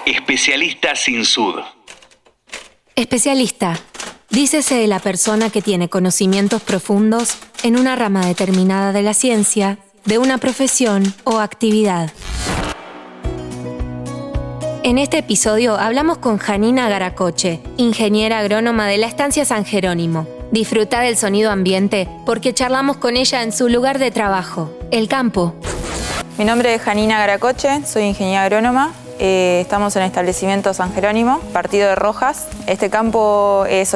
Especialista sin sud. Especialista. Dícese de la persona que tiene conocimientos profundos en una rama determinada de la ciencia, de una profesión o actividad. En este episodio hablamos con Janina Garacoche, ingeniera agrónoma de la estancia San Jerónimo. Disfruta del sonido ambiente porque charlamos con ella en su lugar de trabajo, el campo. Mi nombre es Janina Garacoche, soy ingeniera agrónoma. Estamos en el establecimiento San Jerónimo, partido de Rojas. Este campo es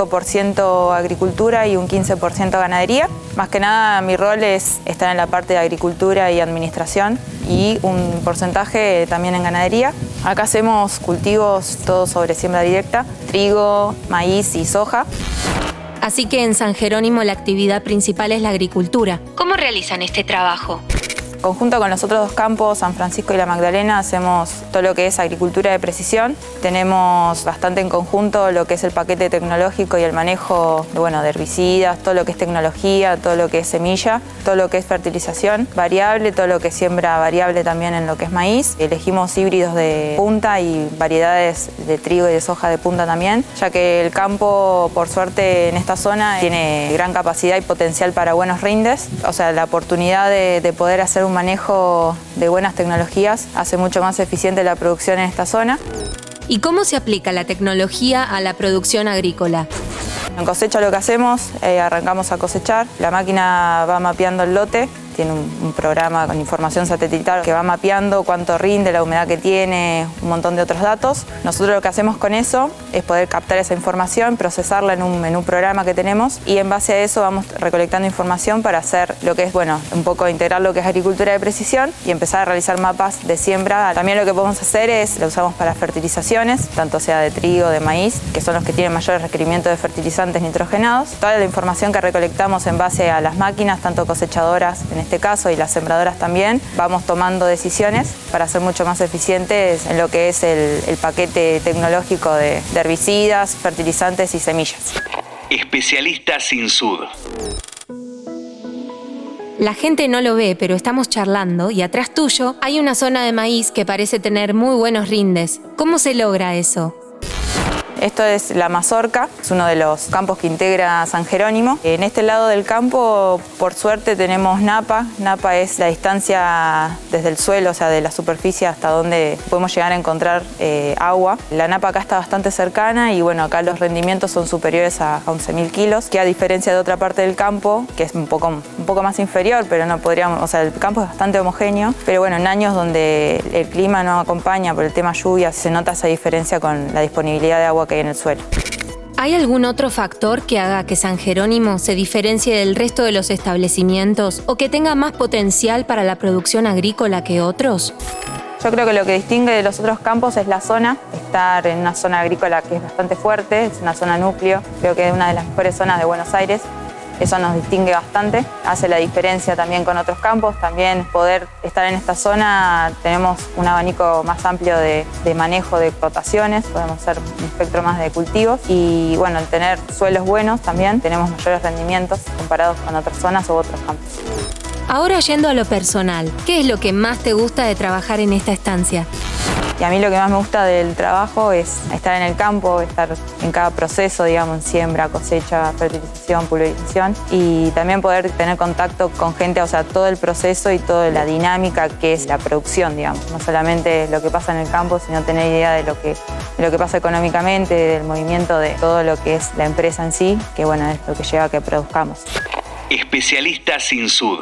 85% agricultura y un 15% ganadería. Más que nada mi rol es estar en la parte de agricultura y administración y un porcentaje también en ganadería. Acá hacemos cultivos todos sobre siembra directa, trigo, maíz y soja. Así que en San Jerónimo la actividad principal es la agricultura. ¿Cómo realizan este trabajo? Conjunto con los otros dos campos, San Francisco y La Magdalena, hacemos todo lo que es agricultura de precisión. Tenemos bastante en conjunto lo que es el paquete tecnológico y el manejo de herbicidas, todo lo que es tecnología, todo lo que es semilla, todo lo que es fertilización variable, todo lo que es siembra variable también en lo que es maíz. Elegimos híbridos de punta y variedades de trigo y de soja de punta también, ya que el campo, por suerte, en esta zona tiene gran capacidad y potencial para buenos rindes. O sea, la oportunidad de poder hacer un manejo de buenas tecnologías hace mucho más eficiente la producción en esta zona. ¿Y cómo se aplica la tecnología a la producción agrícola? En cosecha lo que hacemos, arrancamos a cosechar, la máquina va mapeando el lote, tiene un programa con información satelital que va mapeando cuánto rinde, la humedad que tiene, un montón de otros datos. Nosotros lo que hacemos con eso es poder captar esa información, procesarla en un programa que tenemos y en base a eso vamos recolectando información para hacer lo que es, un poco integrar lo que es agricultura de precisión y empezar a realizar mapas de siembra. También lo que podemos hacer es, lo usamos para fertilizaciones, tanto sea de trigo, de maíz, que son los que tienen mayores requerimientos de fertilizantes nitrogenados. Toda la información que recolectamos en base a las máquinas, tanto cosechadoras en este caso y las sembradoras también, vamos tomando decisiones para ser mucho más eficientes en lo que es el paquete tecnológico de herbicidas, fertilizantes y semillas. Especialista sin sud. La gente no lo ve, pero estamos charlando y atrás tuyo hay una zona de maíz que parece tener muy buenos rindes. ¿Cómo se logra eso? Esto es la mazorca, es uno de los campos que integra San Jerónimo. En este lado del campo, por suerte, tenemos napa. Napa es la distancia desde el suelo, o sea, de la superficie hasta donde podemos llegar a encontrar agua. La napa acá está bastante cercana y acá los rendimientos son superiores a 11.000 kilos, que a diferencia de otra parte del campo, que es un poco más inferior, pero no podríamos, o sea, el campo es bastante homogéneo, pero en años donde el clima no acompaña por el tema lluvias, se nota esa diferencia con la disponibilidad de agua que hay en el suelo. ¿Hay algún otro factor que haga que San Jerónimo se diferencie del resto de los establecimientos o que tenga más potencial para la producción agrícola que otros? Yo creo que lo que distingue de los otros campos es la zona, estar en una zona agrícola que es bastante fuerte, es una zona núcleo, creo que es una de las mejores zonas de Buenos Aires. Eso nos distingue bastante, hace la diferencia también con otros campos. También poder estar en esta zona, tenemos un abanico más amplio de manejo de explotaciones, podemos hacer un espectro más de cultivos y al tener suelos buenos también tenemos mayores rendimientos comparados con otras zonas u otros campos. Ahora yendo a lo personal, ¿qué es lo que más te gusta de trabajar en esta estancia? Y a mí lo que más me gusta del trabajo es estar en el campo, estar en cada proceso, en siembra, cosecha, fertilización, pulverización y también poder tener contacto con gente, o sea, todo el proceso y toda la dinámica que es la producción, no solamente lo que pasa en el campo, sino tener idea de lo que pasa económicamente, del movimiento de todo lo que es la empresa en sí, que es lo que lleva a que produzcamos. Especialista sin sud.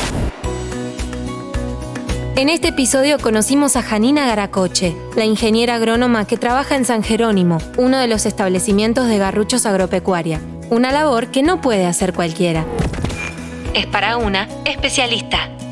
En este episodio conocimos a Janina Garacoche, la ingeniera agrónoma que trabaja en San Jerónimo, uno de los establecimientos de Garruchos Agropecuaria. Una labor que no puede hacer cualquiera. Es para una especialista.